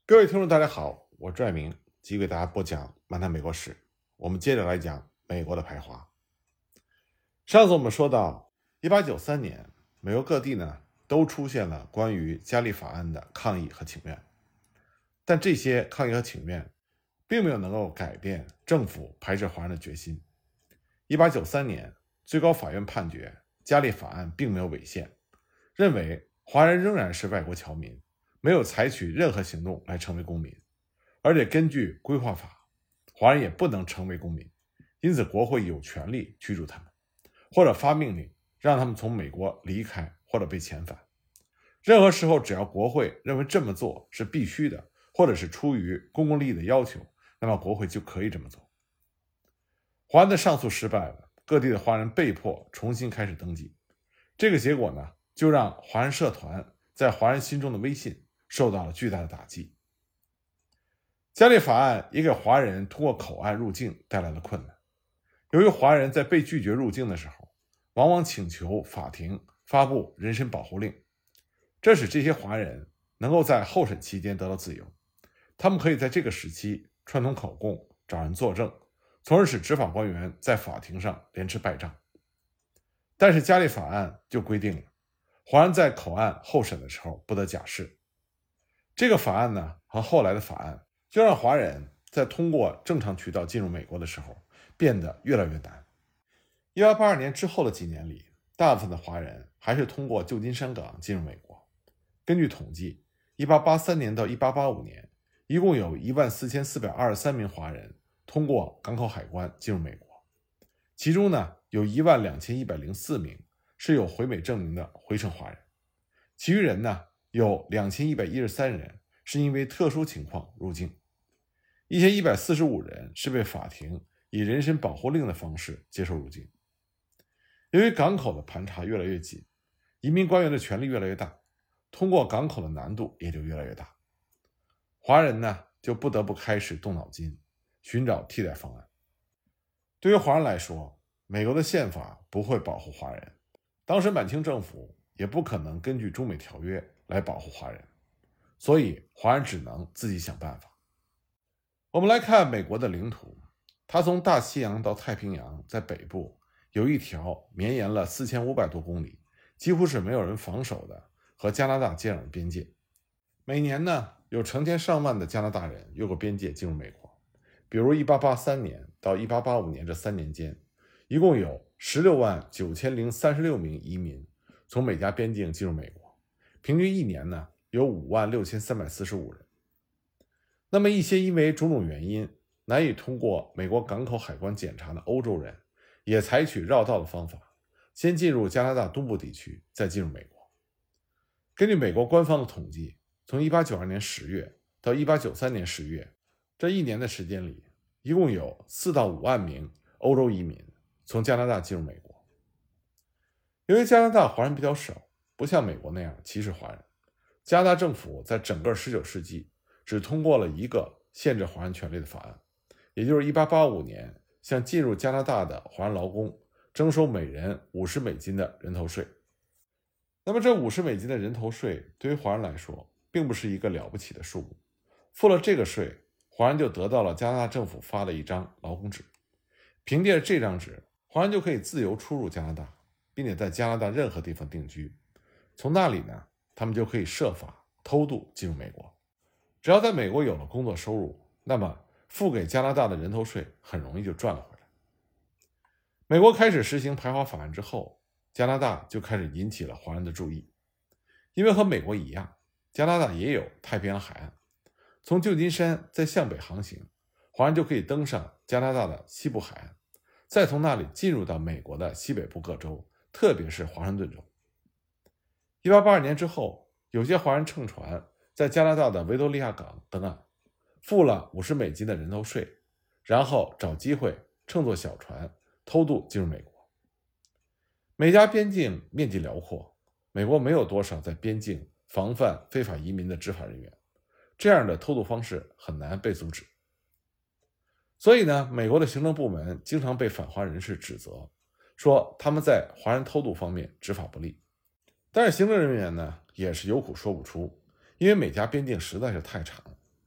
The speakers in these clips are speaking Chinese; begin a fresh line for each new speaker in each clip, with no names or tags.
各位听众，大家好，我拽明，继续给大家播讲漫谈美国史。我们接着来讲美国的排华。上次我们说到，1893年，美国各地呢都出现了关于加利法案的抗议和请愿，但这些抗议和请愿并没有能够改变政府排斥华人的决心。1893年，最高法院判决加利法案并没有违宪，认为华人仍然是外国侨民，没有采取任何行动来成为公民，而且根据规划法，华人也不能成为公民，因此国会有权利驱逐他们，或者发命令让他们从美国离开或者被遣返。任何时候只要国会认为这么做是必须的，或者是出于公共利益的要求，那么国会就可以这么做。华人的上诉失败了，各地的华人被迫重新开始登记。这个结果呢，就让华人社团在华人心中的威信受到了巨大的打击。加利法案也给华人通过口岸入境带来了困难。由于华人在被拒绝入境的时候，往往请求法庭发布人身保护令，这使这些华人能够在候审期间得到自由。他们可以在这个时期串通口供，找人作证，从而使执法官员在法庭上连吃败仗。但是加利法案就规定了，华人在口岸候审的时候不得假释。这个法案呢，和后来的法案就让华人在通过正常渠道进入美国的时候变得越来越难。1882年之后的几年里，大部分的华人还是通过旧金山港进入美国。根据统计，1883年到1885年，一共有14423名华人通过港口海关进入美国，其中呢有12104名是有回美证明的回程华人，其余人呢有2113人是因为特殊情况入境，1145人是被法庭以人身保护令的方式接受入境。由于港口的盘查越来越紧，移民官员的权力越来越大，通过港口的难度也就越来越大。华人呢就不得不开始动脑筋，寻找替代方案。对于华人来说，美国的宪法不会保护华人，当时满清政府也不可能根据中美条约来保护华人，所以华人只能自己想办法。我们来看美国的领土，它从大西洋到太平洋，在北部有一条绵延了4500多公里，几乎是没有人防守的和加拿大接壤的边界。每年呢，有成千上万的加拿大人越过边界进入美国。比如1883年到1885年这3年间，一共有169036名移民从美加边境进入美国，平均一年呢有56345人。那么一些因为种种原因难以通过美国港口海关检查的欧洲人，也采取绕道的方法，先进入加拿大东部地区，再进入美国。根据美国官方的统计，从1892年10月到1893年10月，这一年的时间里，一共有4到5万名欧洲移民从加拿大进入美国。由于加拿大华人比较少，不像美国那样歧视华人，加拿大政府在整个19世纪只通过了一个限制华人权利的法案，也就是1885年向进入加拿大的华人劳工征收每人50美金的人头税。那么这50美金的人头税对于华人来说并不是一个了不起的数目，付了这个税，华人就得到了加拿大政府发的一张劳工纸，凭借着这张纸，华人就可以自由出入加拿大，并且在加拿大任何地方定居。从那里呢，他们就可以设法偷渡进入美国。只要在美国有了工作收入，那么付给加拿大的人头税很容易就赚了回来。美国开始实行排华法案之后，加拿大就开始引起了华人的注意。因为和美国一样，加拿大也有太平洋海岸，从旧金山再向北航行，华人就可以登上加拿大的西部海岸，再从那里进入到美国的西北部各州，特别是华盛顿州。1882年之后，有些华人乘船在加拿大的维多利亚港登岸，付了50美金的人头税，然后找机会乘坐小船偷渡进入美国。美加边境面积辽阔，美国没有多少在边境防范非法移民的执法人员，这样的偷渡方式很难被阻止。所以呢，美国的行政部门经常被反华人士指责，说他们在华人偷渡方面执法不力。但是行政人员呢，也是有苦说不出，因为美加边境实在是太长了。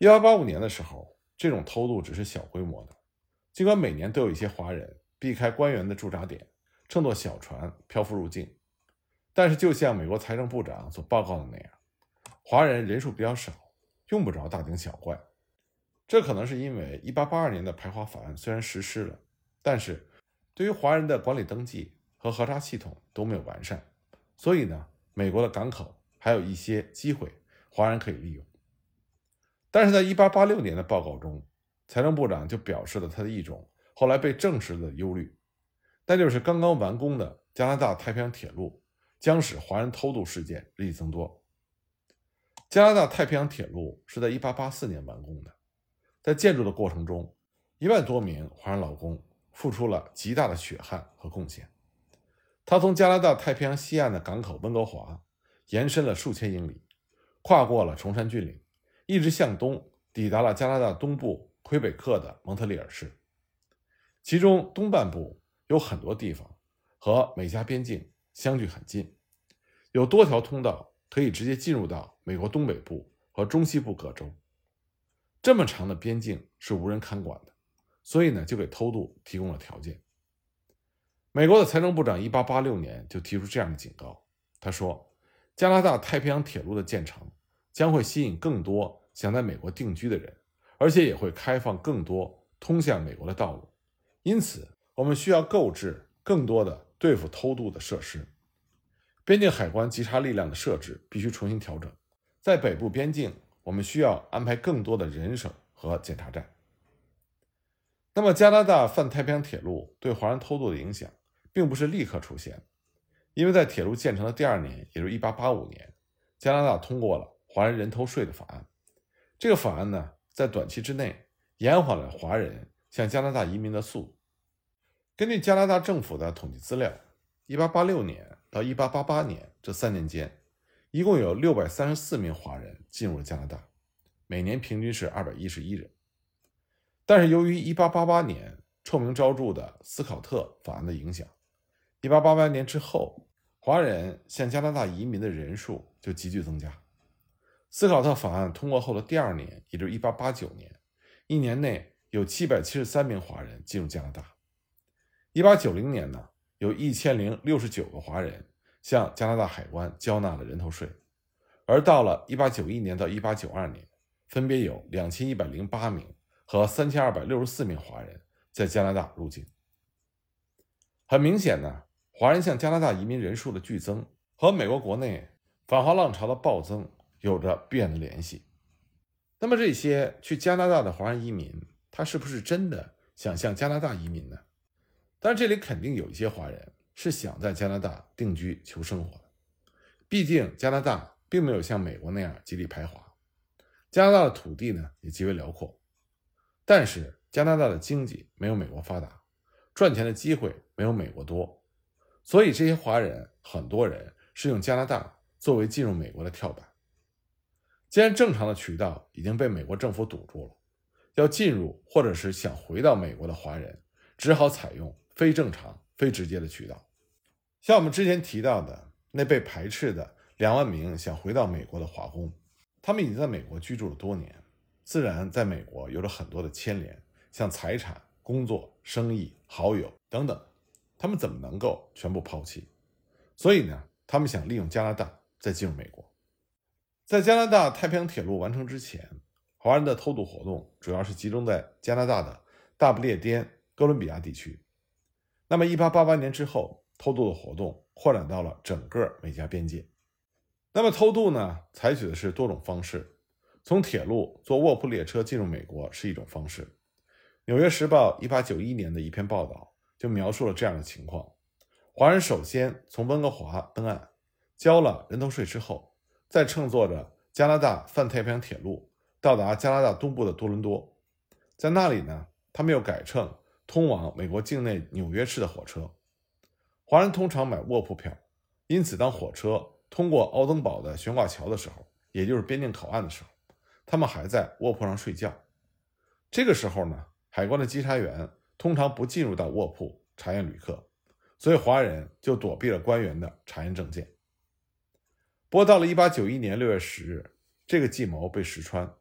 1885年的时候，这种偷渡只是小规模的，尽管每年都有一些华人避开官员的驻扎点，乘坐小船漂浮入境，但是就像美国财政部长所报告的那样，华人人数比较少，用不着大惊小怪。这可能是因为1882年的排华法案虽然实施了，但是对于华人的管理登记和核查系统都没有完善，所以呢，美国的港口还有一些机会华人可以利用。但是在1886年的报告中，财政部长就表示了他的一种后来被证实的忧虑，那就是刚刚完工的加拿大太平洋铁路将使华人偷渡事件日益增多。加拿大太平洋铁路是在1884年完工的，在建筑的过程中，1万多名华人劳工付出了极大的血汗和贡献。他从加拿大太平洋西岸的港口温哥华延伸了数千英里，跨过了崇山峻岭，一直向东抵达了加拿大东部魁北克的蒙特利尔市。其中东半部有很多地方和美加边境相距很近，有多条通道可以直接进入到美国东北部和中西部各州。这么长的边境是无人看管的，所以呢，就给偷渡提供了条件。美国的财政部长1886年就提出这样的警告，他说，加拿大太平洋铁路的建成将会吸引更多想在美国定居的人，而且也会开放更多通向美国的道路，因此我们需要购置更多的对付偷渡的设施。边境海关稽查力量的设置必须重新调整，在北部边境我们需要安排更多的人手和检查站。那么加拿大泛太平洋铁路对华人偷渡的影响并不是立刻出现，因为在铁路建成的第2年，也就是1885年，加拿大通过了华人人头税的法案。这个法案呢，在短期之内延缓了华人向加拿大移民的速度。根据加拿大政府的统计资料，1886年到1888年这3年间，一共有634名华人进入了加拿大，每年平均是211人。但是由于1888年臭名昭著的斯考特法案的影响，1888年之后，华人向加拿大移民的人数就急剧增加。斯考特法案通过后的第2年，也就是1889年，一年内有773名华人进入加拿大。1890年呢，有1069个华人向加拿大海关交纳了人头税，而到了1891年到1892年，分别有2108名和3264名华人在加拿大入境。很明显呢，华人向加拿大移民人数的剧增和美国国内反华浪潮的暴增有着必然的联系。那么这些去加拿大的华人移民，他是不是真的想向加拿大移民呢？当然这里肯定有一些华人是想在加拿大定居求生活的，毕竟加拿大并没有像美国那样极力排华，加拿大的土地呢也极为辽阔，但是加拿大的经济没有美国发达，赚钱的机会没有美国多，所以这些华人很多人是用加拿大作为进入美国的跳板。既然正常的渠道已经被美国政府堵住了，要进入或者是想回到美国的华人只好采用非正常非直接的渠道。像我们之前提到的那被排斥的2万名想回到美国的华工，他们已经在美国居住了多年，自然在美国有着很多的牵连，像财产、工作、生意、好友等等，他们怎么能够全部抛弃？所以呢，他们想利用加拿大再进入美国。在加拿大太平洋铁路完成之前，华人的偷渡活动主要是集中在加拿大的大不列颠哥伦比亚地区。那么1888年之后，偷渡的活动扩展到了整个美加边界。那么偷渡呢，采取的是多种方式，从铁路坐卧铺列车进入美国是一种方式。纽约时报1891年的一篇报道就描述了这样的情况：华人首先从温哥华登岸，交了人头税之后，再乘坐着加拿大泛太平洋铁路到达加拿大东部的多伦多，在那里呢，他们又改乘通往美国境内纽约市的火车。华人通常买卧铺票，因此当火车通过奥登堡的悬挂桥的时候，也就是边境口岸的时候，他们还在卧铺上睡觉。这个时候呢，海关的稽查员通常不进入到卧铺查验旅客，所以华人就躲避了官员的查验证件。不过到了1891年6月10日，这个计谋被识穿，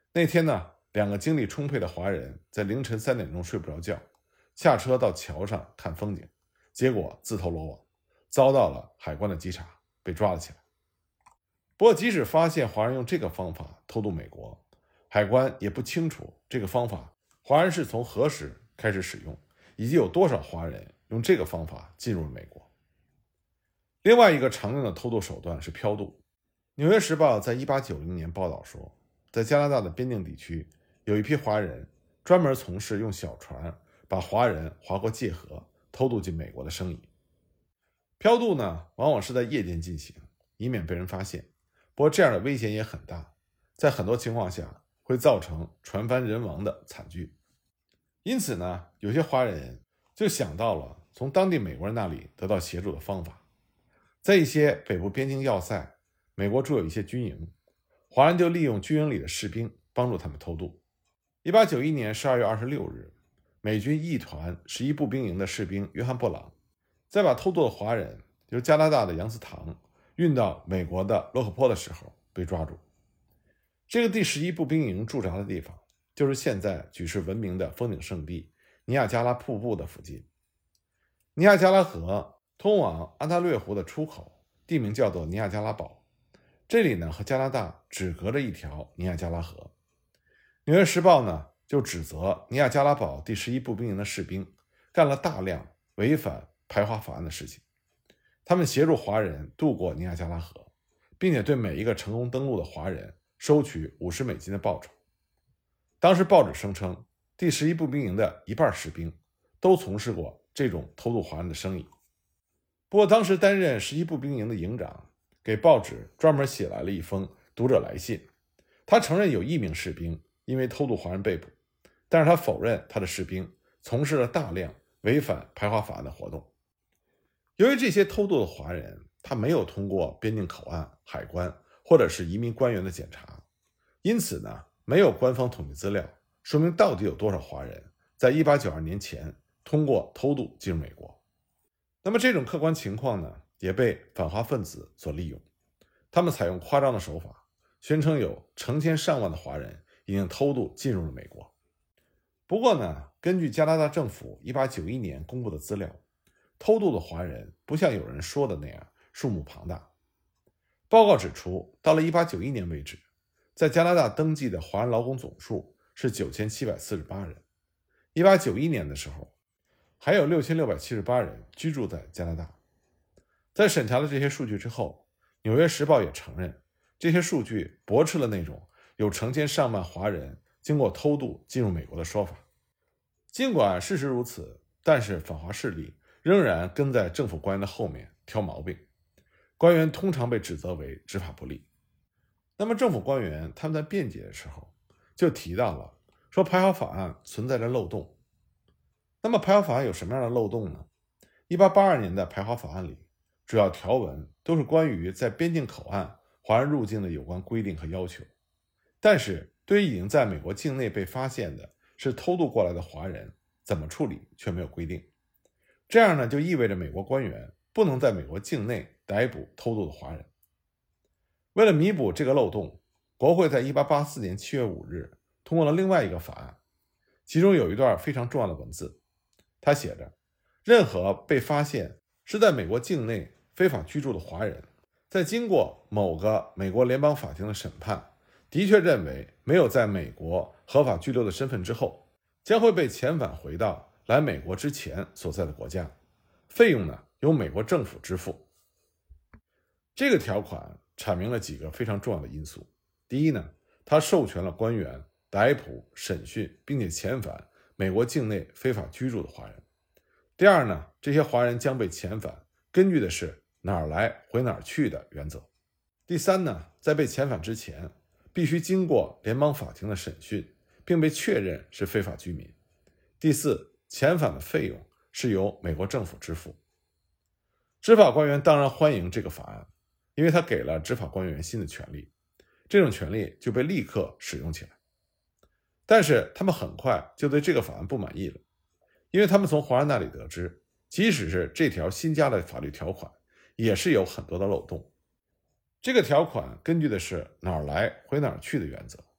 那天呢，2个精力充沛的华人在凌晨3点钟睡不着觉，下车到桥上看风景，结果自投罗网，遭到了海关的稽查，被抓了起来。不过即使发现华人用这个方法偷渡美国，海关也不清楚这个方法华人是从何时开始使用，以及有多少华人用这个方法进入了美国。另外一个常用的偷渡手段是漂渡。纽约时报在1890年报道说，在加拿大的边境地区有一批华人专门从事用小船把华人划过界河偷渡进美国的生意。漂渡呢，往往是在夜间进行，以免被人发现，不过这样的危险也很大，在很多情况下会造成船翻人亡的惨剧。因此呢，有些华人就想到了从当地美国人那里得到协助的方法。在一些北部边境要塞，美国驻有一些军营，华人就利用军营里的士兵帮助他们偷渡。1891年12月26日，美军一团11步兵营的士兵约翰·布朗在把偷渡的华人由加拿大的杨斯堂运到美国的洛克坡的时候被抓住。这个第11步兵营驻扎的地方就是现在举世闻名的风景胜地尼亚加拉瀑布的附近。尼亚加拉河通往安大略湖的出口，地名叫做尼亚加拉堡。这里呢和加拿大只隔着一条尼亚加拉河。纽约时报呢就指责尼亚加拉堡第11步兵营的士兵干了大量违反排华法案的事情。他们协助华人渡过尼亚加拉河，并且对每一个成功登陆的华人收取$50的报酬。当时报纸声称，第11步兵营的一半士兵都从事过这种偷渡华人的生意。不过当时担任11步兵营的营长给报纸专门写来了一封读者来信，他承认有1名士兵因为偷渡华人被捕，但是他否认他的士兵从事了大量违反排华法案的活动。由于这些偷渡的华人他没有通过边境口岸、海关或者是移民官员的检查，因此呢没有官方统计资料说明到底有多少华人在1892年前通过偷渡进入美国。那么这种客观情况呢也被反华分子所利用，他们采用夸张的手法，宣称有成千上万的华人已经偷渡进入了美国。不过呢，根据加拿大政府1891年公布的资料，偷渡的华人不像有人说的那样数目庞大。报告指出，到了1891年为止，在加拿大登记的华人劳工总数是9748人。1891年的时候，还有6678人居住在加拿大。在审查了这些数据之后，纽约时报也承认这些数据驳斥了那种有成千上万华人经过偷渡进入美国的说法。尽管事实如此，但是反华势力仍然跟在政府官员的后面挑毛病，官员通常被指责为执法不力。那么政府官员他们在辩解的时候就提到了说排华法案存在着漏洞。那么排华法案有什么样的漏洞呢？1882年的排华法案里主要条文都是关于在边境口岸华人入境的有关规定和要求，但是对于已经在美国境内被发现的是偷渡过来的华人怎么处理却没有规定。这样呢就意味着美国官员不能在美国境内逮捕偷渡的华人。为了弥补这个漏洞，国会在1884年7月5日通过了另外一个法案，其中有一段非常重要的文字，他写着，任何被发现是在美国境内非法居住的华人，在经过某个美国联邦法庭的审判，的确认为没有在美国合法居留的身份之后，将会被遣返回到来美国之前所在的国家，费用呢由美国政府支付。这个条款阐明了几个非常重要的因素。第一呢，它授权了官员逮捕、审讯并且遣返美国境内非法居住的华人。第二呢，这些华人将被遣返，根据的是哪儿来回哪儿去的原则。第三呢，在被遣返之前，必须经过联邦法庭的审讯，并被确认是非法居民。第四，遣返的费用是由美国政府支付。执法官员当然欢迎这个法案，因为它给了执法官员新的权利，这种权利就被立刻使用起来。但是他们很快就对这个法案不满意了，因为他们从华人那里得知，即使是这条新加的法律条款，也是有很多的漏洞。这个条款根据的是哪儿来回哪儿去的原则，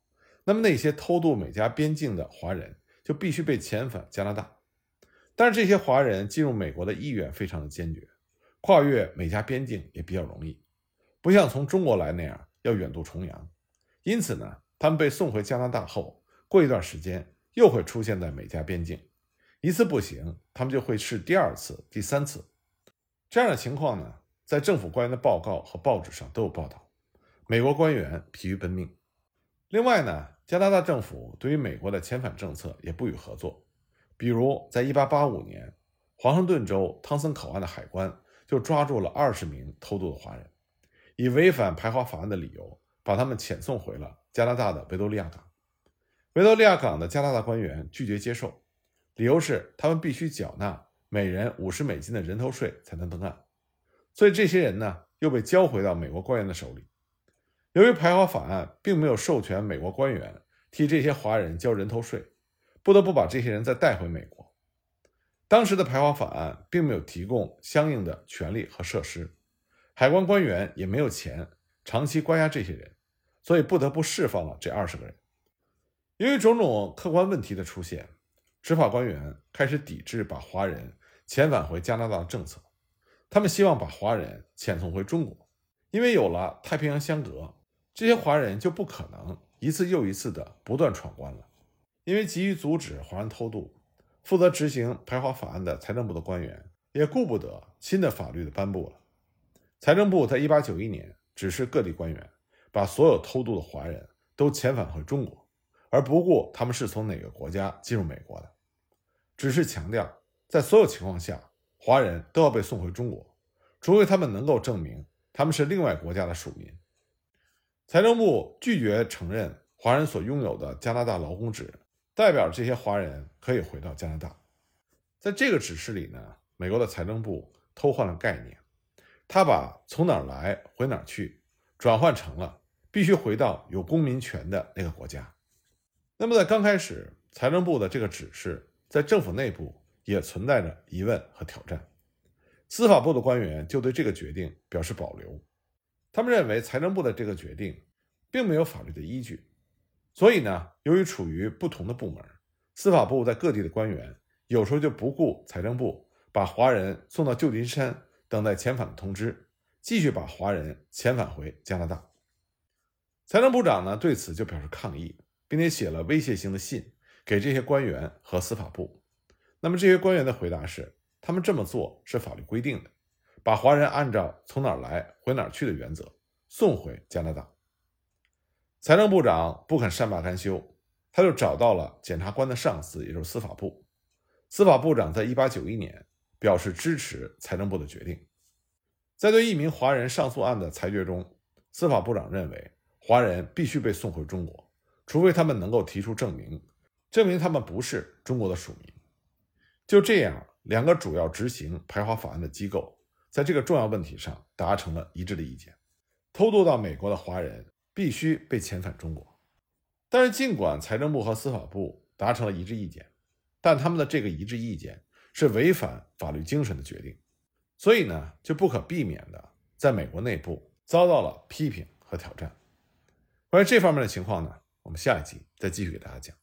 那么那些偷渡美加边境的华人就必须被遣返加拿大。但是这些华人进入美国的意愿非常的坚决，跨越美加边境也比较容易，不像从中国来那样要远渡重洋。因此呢，他们被送回加拿大后，过一段时间又会出现在美加边境，一次不行，他们就会试第二次、第三次。这样的情况呢，在政府官员的报告和报纸上都有报道，美国官员疲于奔命。另外呢，加拿大政府对于美国的遣返政策也不予合作。比如在1885年，华盛顿州汤森口岸的海关就抓住了20名偷渡的华人，以违反排华法案的理由把他们遣送回了加拿大的维多利亚港。维多利亚港的加拿大官员拒绝接受，理由是他们必须缴纳每人$50的人头税才能登岸。所以这些人呢，又被交回到美国官员的手里。由于排华法案并没有授权美国官员替这些华人交人头税，不得不把这些人再带回美国。当时的排华法案并没有提供相应的权利和设施，海关官员也没有钱长期关押这些人，所以不得不释放了这20个人。由于种种客观问题的出现，执法官员开始抵制把华人遣返回加拿大的政策。他们希望把华人遣送回中国，因为有了太平洋相隔，这些华人就不可能一次又一次的不断闯关了。因为急于阻止华人偷渡，负责执行排华法案的财政部的官员也顾不得新的法律的颁布了。财政部在1891年指示各地官员把所有偷渡的华人都遣返回中国，而不顾他们是从哪个国家进入美国的，只是强调在所有情况下华人都要被送回中国，除非他们能够证明他们是另外国家的属民。财政部拒绝承认华人所拥有的加拿大劳工制，代表这些华人可以回到加拿大。在这个指示里呢，美国的财政部偷换了概念，他把从哪儿来回哪儿去转换成了必须回到有公民权的那个国家。那么在刚开始，财政部的这个指示在政府内部也存在着疑问和挑战。司法部的官员就对这个决定表示保留，他们认为财政部的这个决定并没有法律的依据。所以呢，由于处于不同的部门，司法部在各地的官员有时候就不顾财政部把华人送到旧金山等待遣返的通知，继续把华人遣返回加拿大。财政部长呢对此就表示抗议，并且写了威胁性的信给这些官员和司法部。那么这些官员的回答是，他们这么做是法律规定的，把华人按照从哪儿来回哪儿去的原则送回加拿大。财政部长不肯善罢甘休，他就找到了检察官的上司，也就是司法部。司法部长在1891年表示支持财政部的决定。在对一名华人上诉案的裁决中，司法部长认为华人必须被送回中国，除非他们能够提出证明他们不是中国的属民。就这样，两个主要执行排华法案的机构在这个重要问题上达成了一致的意见，偷渡到美国的华人必须被遣返中国。但是尽管财政部和司法部达成了一致意见，但他们的这个一致意见是违反法律精神的决定，所以呢，就不可避免的在美国内部遭到了批评和挑战。关于这方面的情况呢，我们下一集再继续给大家讲。